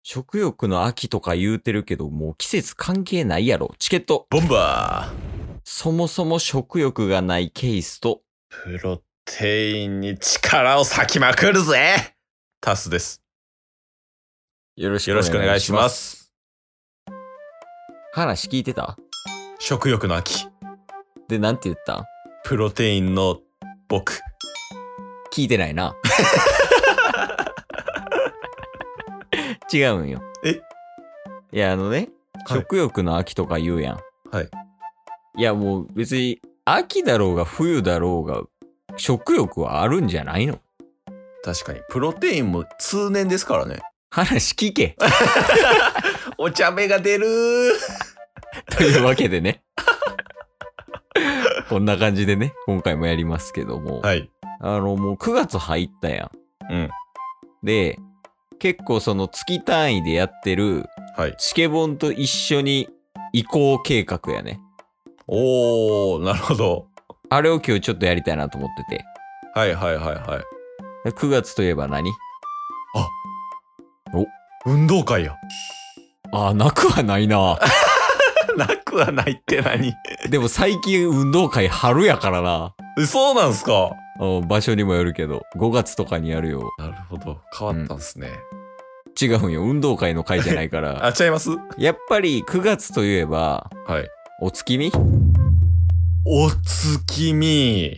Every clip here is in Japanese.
食欲の秋とか言うてるけど、もう季節関係ないやろ。チケット。 ボンバー。 そもそも食欲がないケースと、 プロテインに力を割きまくるぜ。タスです。 よろしよろしくお願いします。 話聞いてた？ 食欲の秋。 で、なんて言った？ プロテインの僕。 聞いてないな。違うんよ。いや、 はい、 食欲の秋とか言うやん。 はい。 いや、もう別に、秋だろうが冬だろうが、食欲はあるんじゃないの？ 確かに。プロテインも通年ですからね。 話聞け。 お茶目が出るというわけでね。こんな感じでね、今回もやりますけども。 はい。 もう9月入ったやん。 うん。 で、結構その月単位でやってる、 はい。 チケボンと一緒に移行計画やね。 おー、なるほど。 あれを今日ちょっとやりたいなと思ってて。 はいはいはいはい。 9月といえば何？ 運動会や。 なくはないな。 なくはないって何？ でも最近運動会春やからな。 そうなんすか？ 場所にもよるけど、5月とかにやるよ。 なるほど。変わったんすね。 違うんよ。運動会の会じゃないから。 違います？ やっぱり9月といえば、 はい。 お月見？ お月見。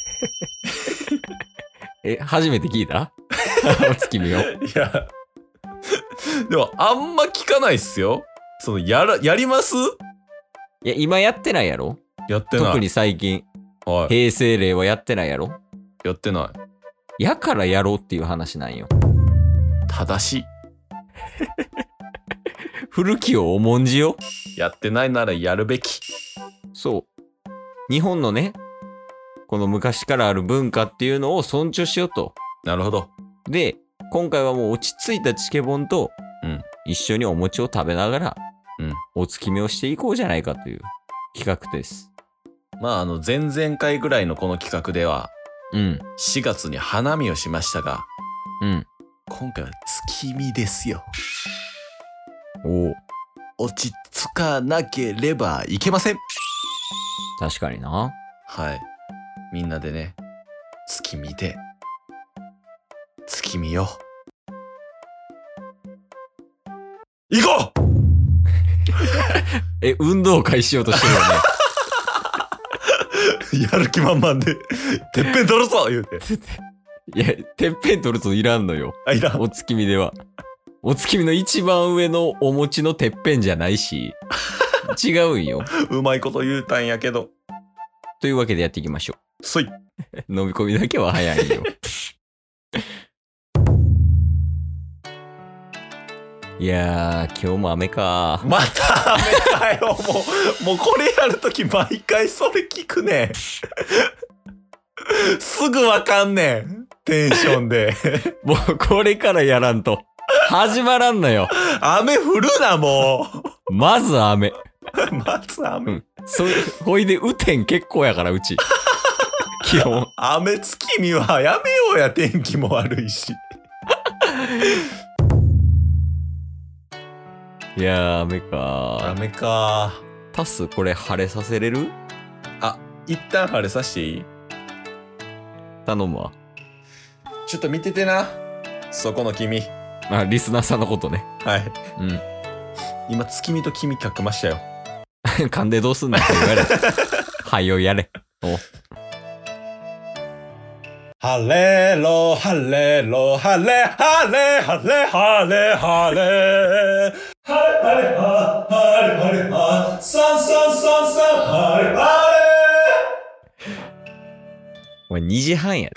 初めて聞いた？お月見を。 いや、でもあんま聞かないっすよ。やります？ いや、今やってないやろ？ やってない。 特に最近。 はい。 平成令はやってないやろ？ やってない。 やからやろうっていう話なんよ。 正しい。 古きを重んじよ。 やってないならやるべき。 そう。日本のね、この昔からある文化っていうのを尊重しようと。 なるほど。 で、今回はもう落ち着いたチケボンと、 うん一緒にお餅を食べながら、 うんお月見をしていこうじゃないかという企画です。 まあ前々回ぐらいのこの企画では、 うん。 4月に花見をしましたが、 うん。 今回は月見ですよ。 おお。 落ち着かなければいけません。 確かにな。 はい。みんなでね、月見て、月見よ。行こう運動会しようとしてるよね。 やる気満々で、てっぺん取るぞ言うて。 いや、てっぺん取るといらんのよ。 いらん。 お月見では。お月見の一番上のお餅のてっぺんじゃないし、違うんよ。 うまいこと言うたんやけど。 というわけでやっていきましょそい。 う。飲み込みだけは早いよ。いやー、今日も雨か。 また雨かよ。もうこれやるとき毎回それ聞くねん。すぐわかんねん。テンションで。 もうこれからやらんと。始まらんのよ。 雨降るな、もまず雨。 う。まず雨。 ほいで、雨天結構やから、うち。基本。 雨月見はやめようや、天気も悪いし。 いやー、雨か。 雨か。 タス、これ晴れさせれる？ 一旦晴れさしていい？ 頼むわ。 ちょっと見ててな。そこの君。 リスナーさんのことね。 はい。 うん。 今、月見と君書きましたよ。 噛んでどうすんねんって言われ。はいよ、やれ。お。 晴れろ、晴れろ、晴れ、晴れ、晴れ、晴れ、晴れ。晴れ、晴れ、晴れ、晴れ、さんさんさんさん、晴れ、晴れ。 お前2時半やで。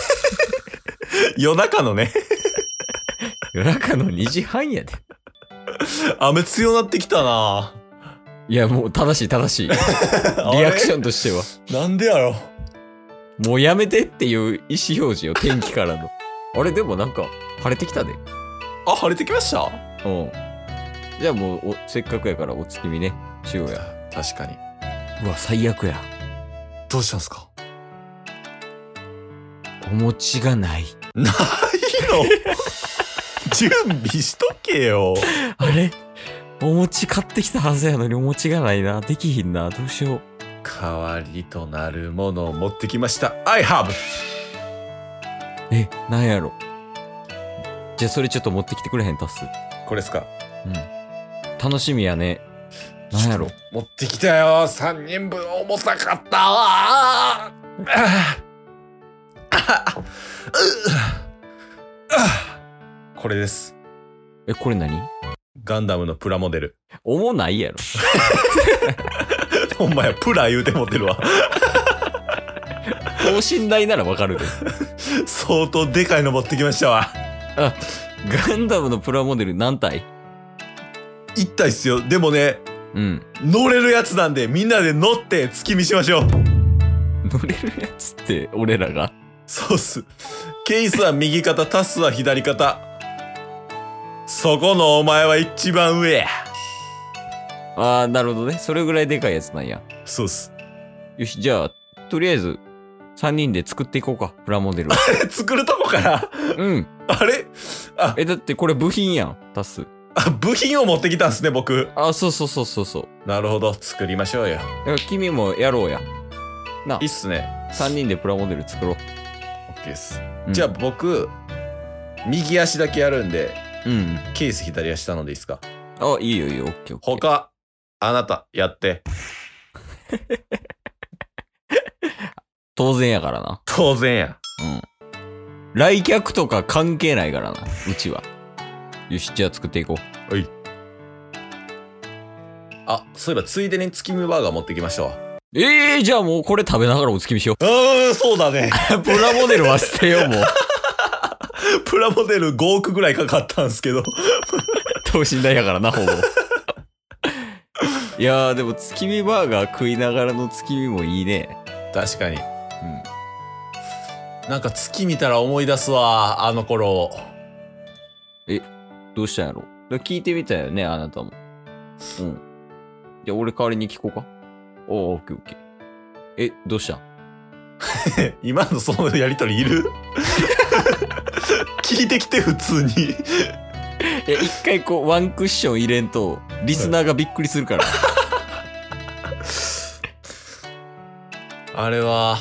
夜中のね。 夜中の2時半やで。 雨強なってきたな。 いや、もう正しい。リアクションとしては。 なんでやろ。 もうやめてっていう意思表示よ、天気からの。あれ、でもなんか、晴れてきたで。 晴れてきました？ うん。じゃあもうせっかくやからお月見ね、しようや。 確かに。 うわ、最悪や。 どうしたんすか？ お餅がない。 ないの？ 準備しとけよ。 あれお餅買ってきたはずやのにお餅がないな。できひんな。どうしよう。 代わりとなるものを持ってきました。I have。 なんやろ。じゃあそれちょっと持ってきてくれへん、タス。 これですか。 楽しみやね。なんやろ。 持ってきたよ。3人分重たかったわ。これです。 これ何？ ガンダムのプラモデル。 重ないやろ。 ほんまや、プラ言うて持ってるわ。 等身大ならわかるで。 相当でかいの持ってきましたわ。 ガンダムのプラモデル何体 ?1 体っすよ。でもね、乗れるやつなんでみんなで乗って月見しましょう。 乗れるやつって俺らが？ そうっす。ケイスは右肩、タスは左肩。そこのお前は一番上や。 なるほどね。それぐらいでかいやつなんや。 そうっす。 よし、じゃあ、とりあえず、3人で作っていこうか、プラモデルを。 作るとこからあれだってこれ部品やん、タス。 部品を持ってきたんすね、僕。 そう。 なるほど、作りましょうよ。 だから君もやろうや。 いいっすね。 3人でプラモデル作ろう。 オッケーっす。じゃあ僕、右足だけやるんで、ケース左足頼んでいいっすか？ いいよ、オッケー。 他、あなた、やって。 当然やからな。 当然や。 来客とか関係ないからな、うちは。よし、じゃあ作っていこう。 はい。そういえばついでに月見バーガー持ってきましたわ。 じゃあもうこれ食べながらお月見しよう。 そうだね。 プラモデルは捨てよう、もう。 プラモデル5億ぐらいかかったんすけど。 等身大やからな、ほぼ。いやー、でも月見バーガー食いながらの月見もいいね。 確かに。なんか月見たら思い出すわ、あの頃。 どうしたんやろ？聞いてみたよね、あなたも。じゃあ俺代わりに聞こうか。オッケー。どうしたん？ 今のそのやりとりいる？聞いてきて普通に。 一回こうワンクッション入れんとリスナーがびっくりするから。 あれは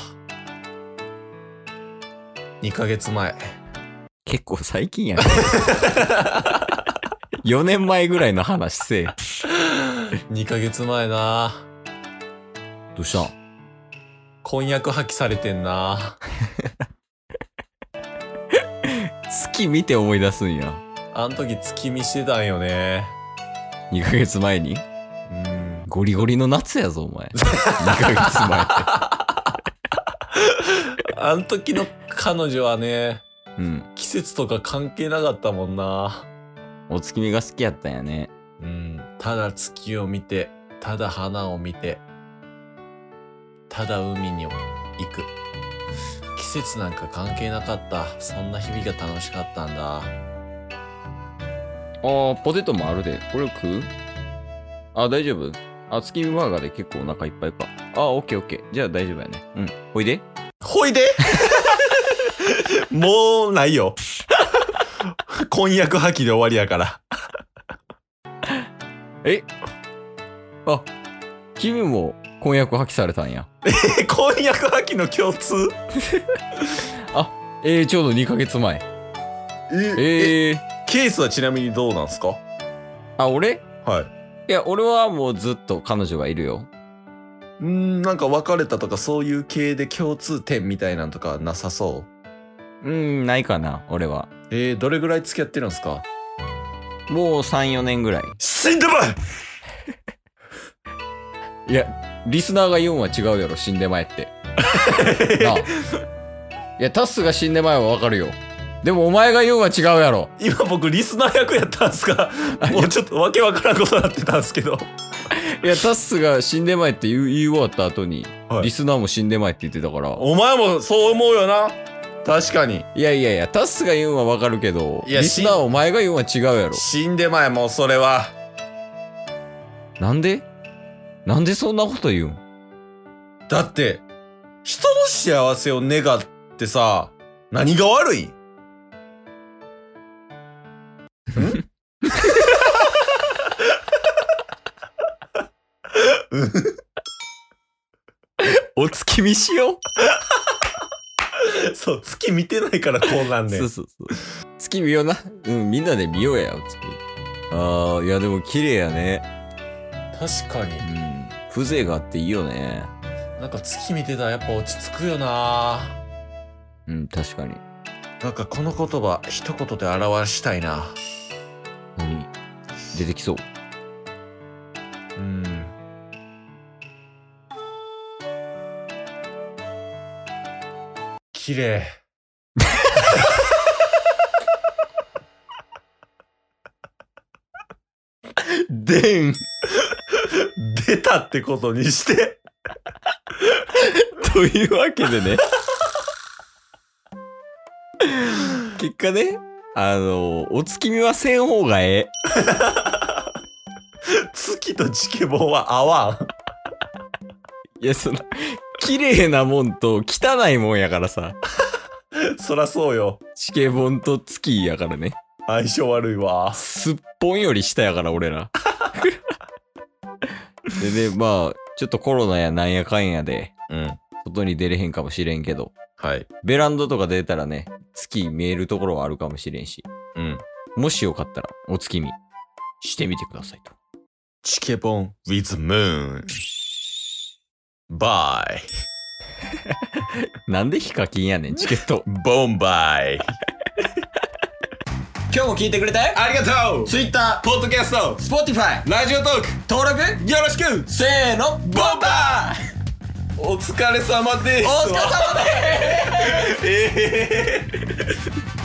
2ヶ月前。 結構最近やね。4年前ぐらいの話せえ。 2ヶ月前な。 どうしたん？ 婚約破棄されてんな。 月見て思い出すんや。 あん時月見してたんよね。 2ヶ月前に？ゴリゴリの夏やぞ、お前。2ヶ月前って。 あん時の彼女はね、季節とか関係なかったもんな。 お月見が好きやったんやね。 ただ月を見て、ただ花を見て、ただ海に行く。季節なんか関係なかった。そんな日々が楽しかったんだ。 ポテトもあるで。これ食う？大丈夫？月見バーガーで結構お腹いっぱいか。オッケー。じゃあ大丈夫やね。ほいで？ もうないよ。婚約破棄で終わりやから。 君も婚約破棄されたんや。 婚約破棄の共通？ ちょうど2ヶ月前。 ケースはちなみにどうなんすか？ 俺？ はい。 いや、俺はもうずっと彼女がいるよ。 なんか別れたとかそういう系で共通点みたいなんとかなさそう？ ないかな、俺は。 どれぐらい付き合ってるんすか？ もう3、4年ぐらい。 死んでまいや、リスナーが言うんは違うやろ、死んでまえって。なあ。いや、タッスが死んでまえはわかるよ。でもお前が言うんは違うやろ。 今僕リスナー役やったんすか？もうちょっとわけわからんことになってたんすけど。 いや、タッスが死んでまえって言い終わった後に、リスナーも死んでまえって言ってたから。 お前もそう思うよな。確かに。 いや、タッスが言うんはわかるけど、リスナーお前が言うんは違うやろ。 死んでまえ、もうそれは。 なんでそんなこと言うん？ だって、人の幸せを願ってさ、何が悪い？ お月見しよう。 そう、月見てないからこうなんねん。 そうそうそう。月見ような。うん、みんなで見ようや、お月見。ああ、いやでも綺麗やね。 確かに。 うん。風情があっていいよね。 なんか月見てたらやっぱ落ち着くよな。 うん、確かに。 なんかこの言葉、一言で表したいな。 何出てきそう。 綺麗。 でん。 出たってことにして。 というわけでね。結果ね、お月見はせん方がええ。 月とチケボンは合わん。 いや、綺麗なもんと汚いもんやからさ。 そらそうよ。 チケボンと月やからね。 相性悪いわ。 すっぽんより下やから、俺ら。でね、まあ、ちょっとコロナやなんやかんやで、 うん。 外に出れへんかもしれんけど、 はい。 ベランダとか出たらね、月見えるところはあるかもしれんし、 うん。 もしよかったら、お月見、してみてくださいと。 チケボン with moon。バイ。 なんでヒカキンやねん、チケット。 ボンバイ。 今日も聞いてくれてありがとう。 Twitter、 ポッドキャスト、 Spotify、 ラジオトーク、 登録よろしく。 せーの、ボンバー。 お疲れ様です。 お疲れ様です。